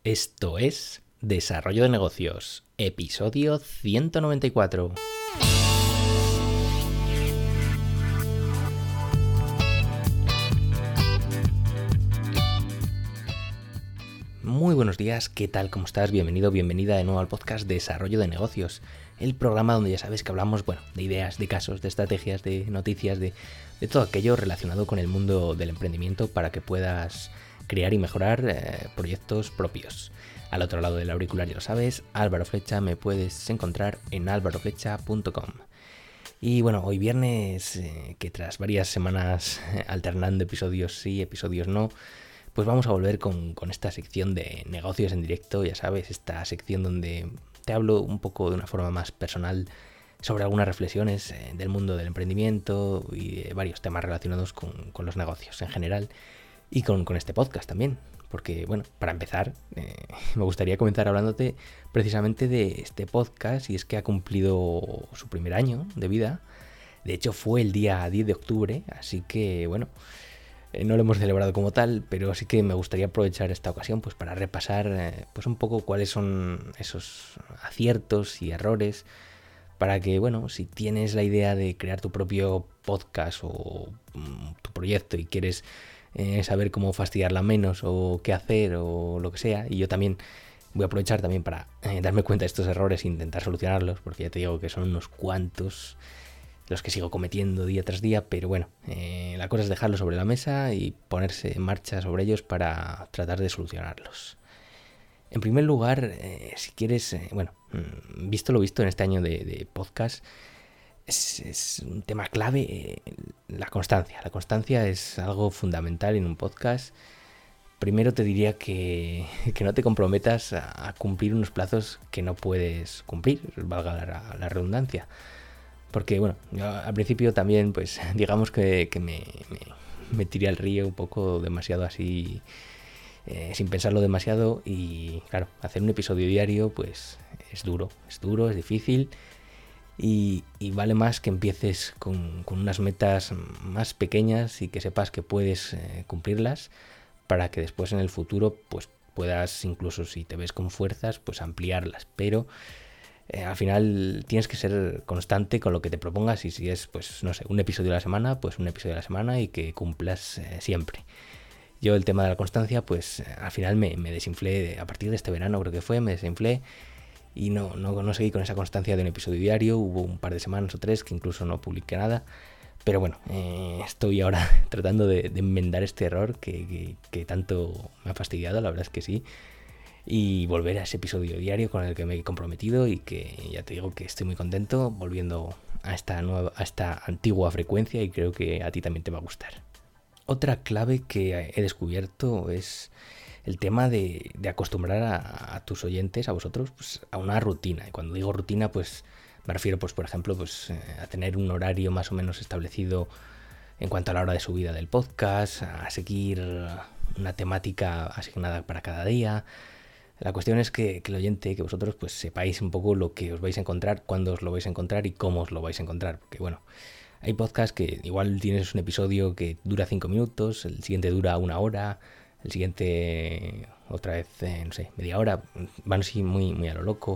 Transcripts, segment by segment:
Esto es Desarrollo de Negocios, episodio 194. Muy buenos días, ¿qué tal? ¿Cómo estás? Bienvenido, bienvenida de nuevo al podcast Desarrollo de Negocios, el programa donde ya sabes que hablamos, de ideas, de casos, de estrategias, de noticias, de todo aquello relacionado con el mundo del emprendimiento para que puedas crear y mejorar proyectos propios. Al otro lado del auricular, ya lo sabes, Álvaro Flecha, me puedes encontrar en alvaroflecha.com. Y bueno, hoy viernes, que tras varias semanas alternando episodios sí, episodios no, pues vamos a volver con esta sección de negocios en directo, ya sabes, esta sección donde te hablo un poco de una forma más personal sobre algunas reflexiones del mundo del emprendimiento y de varios temas relacionados con los negocios en general y con este podcast también. Porque, bueno, para empezar, me gustaría comenzar hablándote precisamente de este podcast, y es que ha cumplido su primer año de vida. De hecho, fue el día 10 de octubre, así que, bueno, no lo hemos celebrado como tal, pero sí que me gustaría aprovechar esta ocasión pues para repasar pues un poco cuáles son esos aciertos y errores, para que, bueno, si tienes la idea de crear tu propio podcast o tu proyecto y quieres saber cómo fastidiarla menos o qué hacer o lo que sea, y yo también voy a aprovechar también para darme cuenta de estos errores e intentar solucionarlos, porque ya te digo que son unos cuantos los que sigo cometiendo día tras día, pero bueno, la cosa es dejarlos sobre la mesa y ponerse en marcha sobre ellos para tratar de solucionarlos. En primer lugar, si quieres, visto lo visto en este año de podcast, es un tema clave, la constancia. La constancia es algo fundamental en un podcast. Primero te diría que no te comprometas a cumplir unos plazos que no puedes cumplir, valga la redundancia. Porque, bueno, yo al principio también, pues, digamos que me tiré al río un poco demasiado así, sin pensarlo demasiado. Y, claro, hacer un episodio diario, pues, es duro, es difícil. Y vale más que empieces con unas metas más pequeñas y que sepas que puedes cumplirlas, para que después en el futuro, pues, puedas, incluso si te ves con fuerzas, pues, ampliarlas. Pero al final tienes que ser constante con lo que te propongas, y si es, pues, no sé, un episodio a la semana, pues un episodio a la semana, y que cumplas siempre. Yo el tema de la constancia, pues al final me desinflé, a partir de este verano creo que fue, me desinflé y no seguí con esa constancia de un episodio diario. Hubo un par de semanas o 3 que incluso no publiqué nada, pero bueno, estoy ahora tratando de enmendar este error que tanto me ha fastidiado, la verdad es que sí, y volver a ese episodio diario con el que me he comprometido, y que ya te digo que estoy muy contento volviendo a esta antigua frecuencia, y creo que a ti también te va a gustar. Otra clave que he descubierto es el tema de acostumbrar a tus oyentes, a vosotros, pues, a una rutina. Y cuando digo rutina, pues me refiero, pues, por ejemplo, pues, a tener un horario más o menos establecido en cuanto a la hora de subida del podcast, a seguir una temática asignada para cada día. La cuestión es que el oyente, que vosotros, pues, sepáis un poco lo que os vais a encontrar, cuándo os lo vais a encontrar y cómo os lo vais a encontrar. Porque, bueno, hay podcasts que igual tienes un episodio que dura 5 minutos, el siguiente dura 1 hora, el siguiente otra vez, no sé, media hora. Van así muy a lo loco.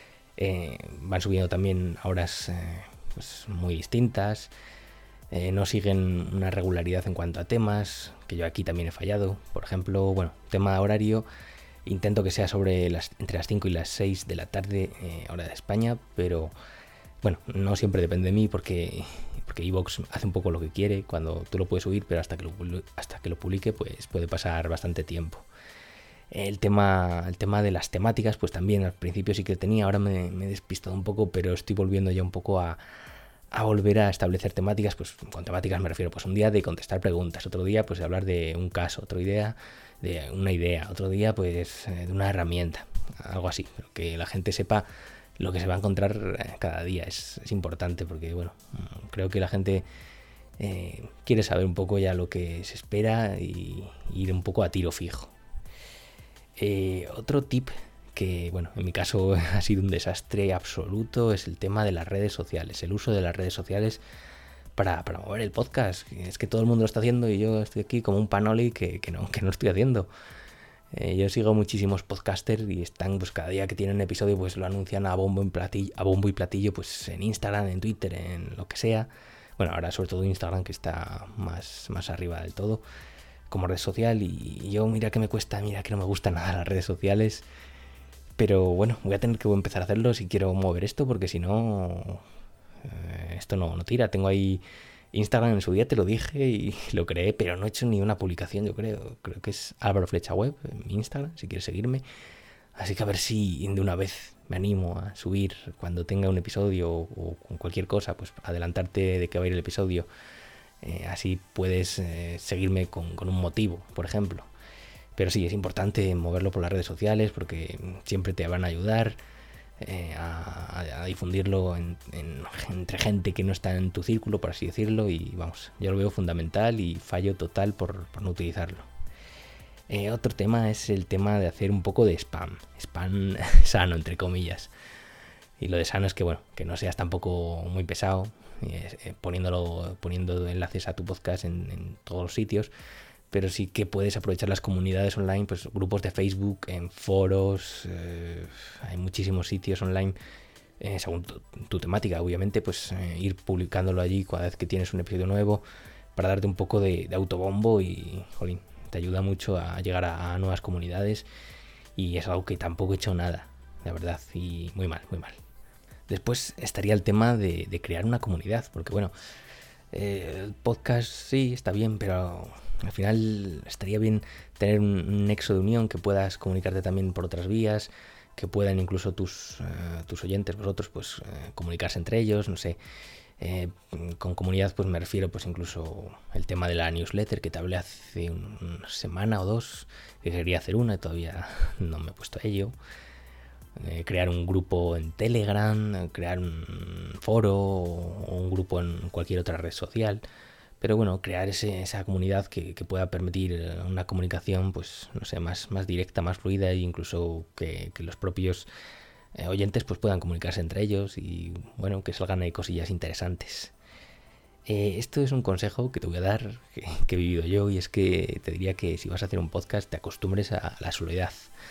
Van subiendo también a horas pues muy distintas. No siguen una regularidad en cuanto a temas, que yo aquí también he fallado. Por ejemplo, bueno, tema horario, intento que sea entre las 5 y las 6 de la tarde, hora de España, pero bueno, no siempre depende de mí, porque iVoox hace un poco lo que quiere cuando tú lo puedes subir, pero hasta que lo publique, pues puede pasar bastante tiempo. El tema de las temáticas, pues también al principio sí que tenía, ahora me he despistado un poco, pero estoy volviendo ya un poco a volver a establecer temáticas. Pues con temáticas me refiero, pues un día de contestar preguntas, otro día pues de hablar de un caso, otro día de una idea, otro día pues de una herramienta, algo así, pero que la gente sepa lo que se va a encontrar cada día. Es importante, porque, bueno, creo que la gente quiere saber un poco ya lo que se espera y ir un poco a tiro fijo. Otro tip que, bueno, en mi caso ha sido un desastre absoluto, es el tema de las redes sociales, el uso de las redes sociales para mover el podcast. Es que todo el mundo lo está haciendo y yo estoy aquí como un panoli que no estoy haciendo. Yo sigo muchísimos podcasters y están, pues cada día que tienen un episodio, pues lo anuncian a bombo y platillo, pues en Instagram, en Twitter, en lo que sea. Bueno, ahora sobre todo Instagram, que está más arriba del todo como red social, y yo mira que me cuesta, mira que no me gustan nada las redes sociales, pero bueno, voy a tener que empezar a hacerlo si quiero mover esto, porque si no, esto no tira. Tengo ahí Instagram, en su día te lo dije y lo creé, pero no he hecho ni una publicación, yo creo que es Álvaro Flecha Web, en mi Instagram, si quieres seguirme. Así que a ver si de una vez me animo a subir cuando tenga un episodio o cualquier cosa, pues adelantarte de que va a ir el episodio. Así puedes seguirme con un motivo, por ejemplo. Pero sí, es importante moverlo por las redes sociales porque siempre te van a ayudar a difundirlo entre gente que no está en tu círculo, por así decirlo. Y vamos, yo lo veo fundamental y fallo total por no utilizarlo. Otro tema es el tema de hacer un poco de spam sano, entre comillas. Y lo de sano es que, bueno, que no seas tampoco muy pesado, poniendo enlaces a tu podcast en todos los sitios, pero sí que puedes aprovechar las comunidades online, pues grupos de Facebook, en foros, hay muchísimos sitios online, según tu temática, obviamente, pues ir publicándolo allí cada vez que tienes un episodio nuevo, para darte un poco de autobombo y, jolín, te ayuda mucho a llegar a nuevas comunidades, y es algo que tampoco he hecho nada, la verdad, y muy mal. Después estaría el tema de crear una comunidad, porque bueno, el podcast sí está bien, pero al final estaría bien tener un nexo de unión, que puedas comunicarte también por otras vías, que puedan incluso tus oyentes, vosotros, pues comunicarse entre ellos, no sé. Con comunidad pues me refiero pues incluso el tema de la newsletter, que te hablé hace una semana o dos, que quería hacer una y todavía no me he puesto a ello. Crear un grupo en Telegram, crear un foro o un grupo en cualquier otra red social, pero bueno, crear esa comunidad que pueda permitir una comunicación, pues no sé, más directa, más fluida, e incluso que los propios oyentes pues puedan comunicarse entre ellos y bueno, que salgan ahí cosillas interesantes. Esto es un consejo que te voy a dar, que he vivido yo, y es que te diría que si vas a hacer un podcast te acostumbres a la soledad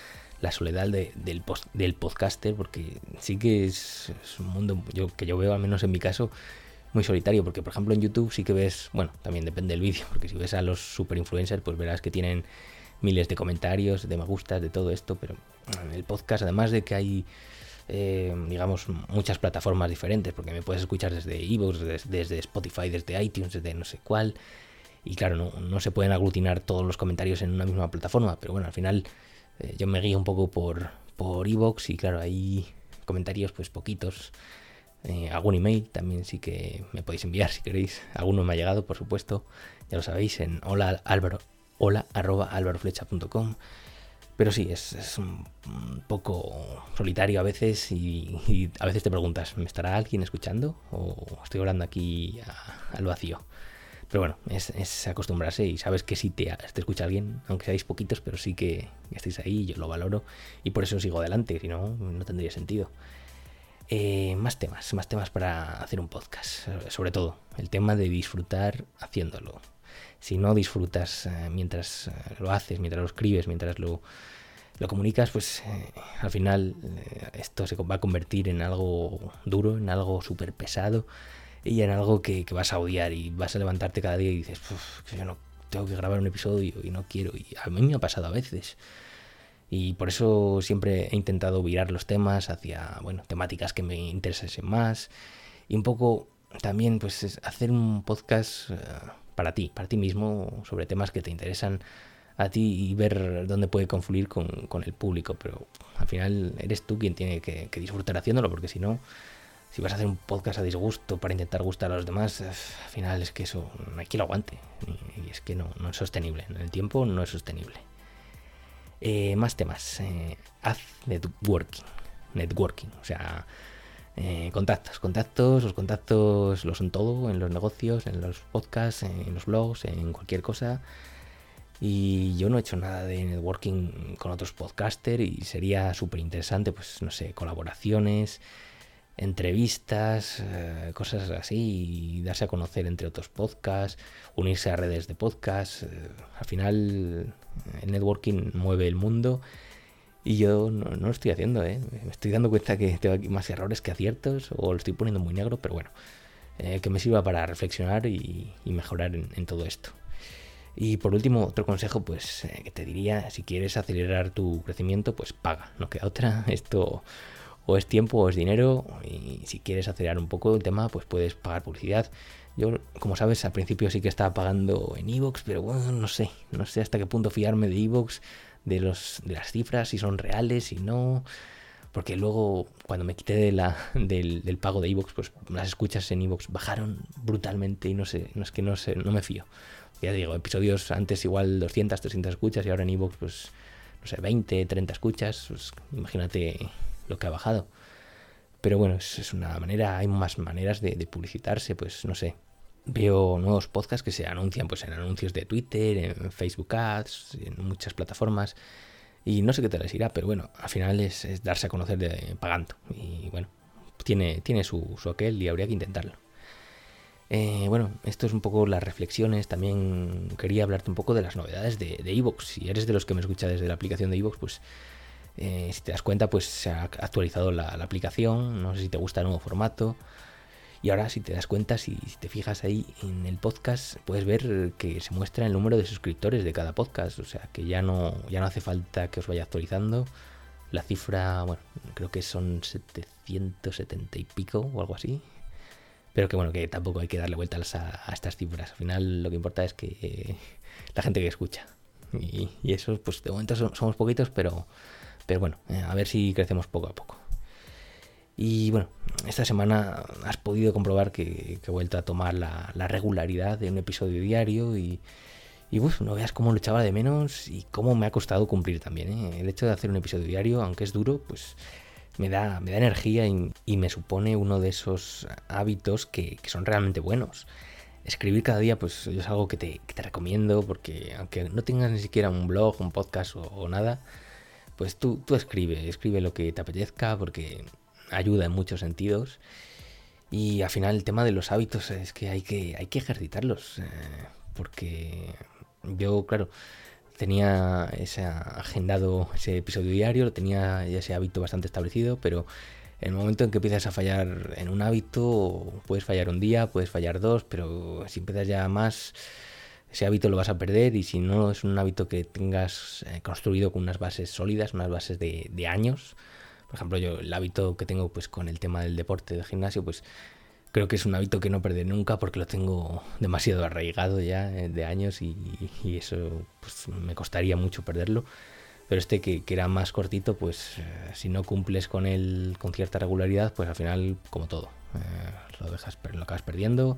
del podcaster, porque sí que es un mundo que yo veo, al menos en mi caso, muy solitario, porque por ejemplo en YouTube sí que ves, bueno, también depende del vídeo, porque si ves a los super influencers pues verás que tienen miles de comentarios, de me gustas, de todo esto, pero en el podcast, además de que hay digamos muchas plataformas diferentes, porque me puedes escuchar desde iVoox, desde Spotify, desde iTunes, desde no sé cuál, y claro, no se pueden aglutinar todos los comentarios en una misma plataforma, pero bueno, al final yo me guío un poco por iVoox, y claro, hay comentarios pues poquitos. Algún email también sí que me podéis enviar si queréis. Alguno me ha llegado, por supuesto, ya lo sabéis, en hola@alvaroflecha.com. Pero sí, es un poco solitario a veces, y a veces te preguntas, ¿me estará alguien escuchando o estoy hablando aquí al vacío? Pero bueno, es acostumbrarse, y sabes que sí te escucha alguien, aunque seáis poquitos, pero sí que estéis ahí, yo lo valoro y por eso sigo adelante, si no, no tendría sentido. Más temas para hacer un podcast, sobre todo el tema de disfrutar haciéndolo. Si no disfrutas mientras lo haces, mientras lo escribes, mientras lo comunicas, pues al final esto se va a convertir en algo duro, en algo súper pesado, y en algo que vas a odiar, y vas a levantarte cada día y dices, que yo no tengo que grabar un episodio y no quiero, y a mí me ha pasado a veces. Y por eso siempre he intentado virar los temas hacia, bueno, temáticas que me interesasen más, y un poco también pues hacer un podcast para ti mismo, sobre temas que te interesan a ti, y ver dónde puede confluir con el público. Pero al final eres tú quien tiene que disfrutar haciéndolo, porque si no, si vas a hacer un podcast a disgusto para intentar gustar a los demás, al final es que eso no hay quien lo aguante, y es que no es sostenible, en el tiempo no es sostenible. Más temas. Haz networking, o sea, contactos. Los contactos lo son todo en los negocios, en los podcasts, en los blogs, en cualquier cosa. Y yo no he hecho nada de networking con otros podcasters, y sería súper interesante, pues no sé, colaboraciones, entrevistas, cosas así, y darse a conocer entre otros podcasts, unirse a redes de podcasts. Al final el networking mueve el mundo y yo no lo estoy haciendo. Me estoy dando cuenta que tengo aquí más errores que aciertos, o lo estoy poniendo muy negro, pero bueno, que me sirva para reflexionar y mejorar en todo esto. Y por último, otro consejo, pues que te diría: si quieres acelerar tu crecimiento, pues paga, no queda otra. Esto o es tiempo o es dinero, y si quieres acelerar un poco el tema, pues puedes pagar publicidad. Yo, como sabes, al principio sí que estaba pagando en iVoox, pero bueno, no sé hasta qué punto fiarme de iVoox, de las cifras, si son reales, si no, porque luego cuando me quité del pago de iVoox, pues las escuchas en iVoox bajaron brutalmente y no me fío. Ya digo, episodios antes igual 200, 300 escuchas, y ahora en iVoox pues no sé, 20, 30 escuchas, pues imagínate lo que ha bajado. Pero bueno, es una manera, hay más maneras de publicitarse, pues no sé. Veo nuevos podcasts que se anuncian pues en anuncios de Twitter, en Facebook Ads, en muchas plataformas, y no sé qué tal les irá, pero bueno, al final es darse a conocer pagando, y bueno, tiene su aquel, y habría que intentarlo. Bueno, esto es un poco las reflexiones. También quería hablarte un poco de las novedades de iVoox. Si eres de los que me escucha desde la aplicación de iVoox, pues si te das cuenta, pues se ha actualizado la aplicación. No sé si te gusta el nuevo formato. Y ahora, si te das cuenta, si te fijas ahí en el podcast, puedes ver que se muestra el número de suscriptores de cada podcast. O sea, que ya no hace falta que os vaya actualizando. La cifra, bueno, creo que son 770 y pico o algo así. Pero que bueno, que tampoco hay que darle vueltas a estas cifras. Al final lo que importa es que la gente que escucha. Y eso, pues de momento somos poquitos, pero bueno, a ver si crecemos poco a poco. Y bueno, esta semana has podido comprobar que he vuelto a tomar la regularidad de un episodio diario, y no veas cómo lo echaba de menos y cómo me ha costado cumplir también. El hecho de hacer un episodio diario, aunque es duro, pues me da energía, y me supone uno de esos hábitos que son realmente buenos. Escribir cada día, pues es algo que te recomiendo, porque aunque no tengas ni siquiera un blog, un podcast o nada, pues tú escribe lo que te apetezca, porque ayuda en muchos sentidos. Y al final el tema de los hábitos es que hay que ejercitarlos, porque yo, claro, tenía agendado ese episodio diario, tenía ya ese hábito bastante establecido, pero en el momento en que empiezas a fallar en un hábito, puedes fallar un día, puedes fallar dos, pero si empiezas ya más, ese hábito lo vas a perder. Y si no es un hábito que tengas construido con unas bases sólidas, unas bases de años. Por ejemplo, yo el hábito que tengo pues con el tema del deporte, del gimnasio, pues creo que es un hábito que no perderé nunca, porque lo tengo demasiado arraigado ya de años, y eso pues me costaría mucho perderlo. Pero este que era más cortito, pues si no cumples con él con cierta regularidad, pues al final, como todo, lo acabas perdiendo,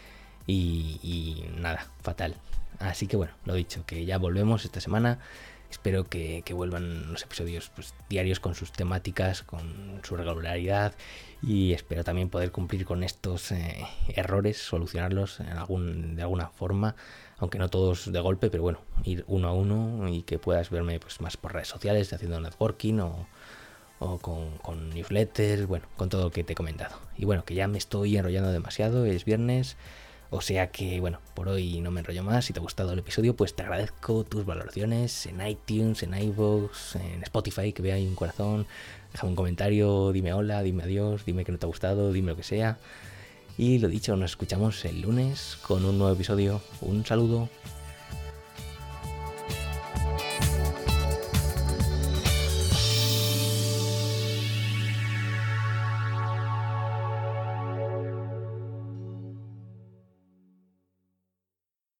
y nada, fatal. Así que bueno, lo dicho, que ya volvemos esta semana. Espero que vuelvan los episodios pues diarios, con sus temáticas, con su regularidad, y espero también poder cumplir con estos errores, solucionarlos de alguna forma, aunque no todos de golpe, pero bueno, ir uno a uno, y que puedas verme pues más por redes sociales, haciendo networking o con newsletters, bueno, con todo lo que te he comentado. Y bueno, que ya me estoy enrollando demasiado, es viernes. O sea que, bueno, por hoy no me enrollo más. Si te ha gustado el episodio, pues te agradezco tus valoraciones en iTunes, en iVoox, en Spotify, que vea ahí un corazón. Déjame un comentario, dime hola, dime adiós, dime que no te ha gustado, dime lo que sea. Y lo dicho, nos escuchamos el lunes con un nuevo episodio. Un saludo.